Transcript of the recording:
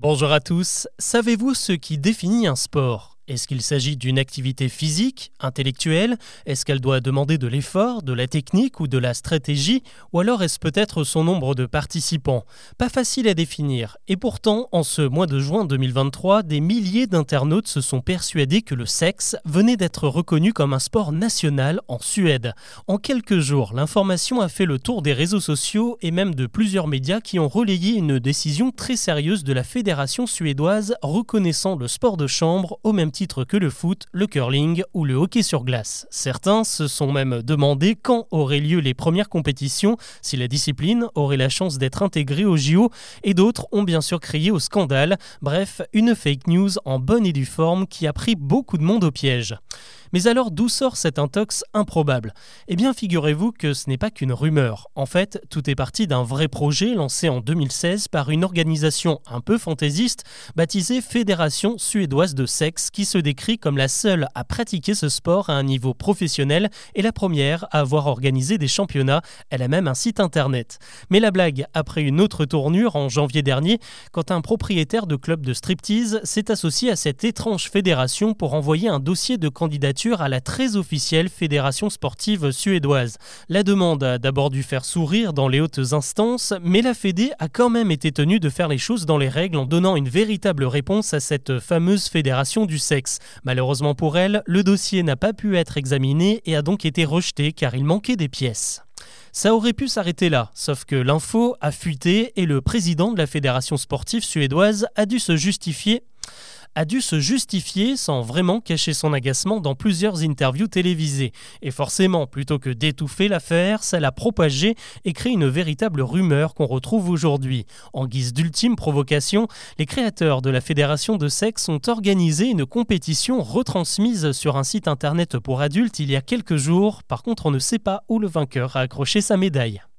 Bonjour à tous, savez-vous ce qui définit un sport ? Est-ce qu'il s'agit d'une activité physique, intellectuelle ? Est-ce qu'elle doit demander de l'effort, de la technique ou de la stratégie ? Ou alors est-ce peut-être son nombre de participants ? Pas facile à définir. Et pourtant, en ce mois de juin 2023, des milliers d'internautes se sont persuadés que le sexe venait d'être reconnu comme un sport national en Suède. En quelques jours, l'information a fait le tour des réseaux sociaux et même de plusieurs médias qui ont relayé une décision très sérieuse de la fédération suédoise reconnaissant le sport de chambre au même titre que le foot, le curling ou le hockey sur glace. Certains se sont même demandé quand auraient lieu les premières compétitions, si la discipline aurait la chance d'être intégrée au JO, et d'autres ont bien sûr crié au scandale. Bref, une fake news en bonne et due forme qui a pris beaucoup de monde au piège. Mais alors d'où sort cette intox improbable ? Eh bien figurez-vous que ce n'est pas qu'une rumeur. En fait, tout est parti d'un vrai projet lancé en 2016 par une organisation un peu fantaisiste baptisée Fédération suédoise de sexe qui se décrit comme la seule à pratiquer ce sport à un niveau professionnel et la première à avoir organisé des championnats. Elle a même un site internet. Mais la blague a pris une autre tournure en janvier dernier quand un propriétaire de club de striptease s'est associé à cette étrange fédération pour envoyer un dossier de candidature à la très officielle Fédération sportive suédoise. La demande a d'abord dû faire sourire dans les hautes instances, mais la Fédé a quand même été tenue de faire les choses dans les règles en donnant une véritable réponse à cette fameuse fédération du sexe. Malheureusement pour elle, le dossier n'a pas pu être examiné et a donc été rejeté car il manquait des pièces. Ça aurait pu s'arrêter là, sauf que l'info a fuité et le président de la fédération sportive suédoise a dû se justifier sans vraiment cacher son agacement dans plusieurs interviews télévisées. Et forcément, plutôt que d'étouffer l'affaire, ça l'a propagée et créé une véritable rumeur qu'on retrouve aujourd'hui. En guise d'ultime provocation, les créateurs de la fédération de sexe ont organisé une compétition retransmise sur un site internet pour adultes il y a quelques jours. Par contre, on ne sait pas où le vainqueur a accroché sa médaille.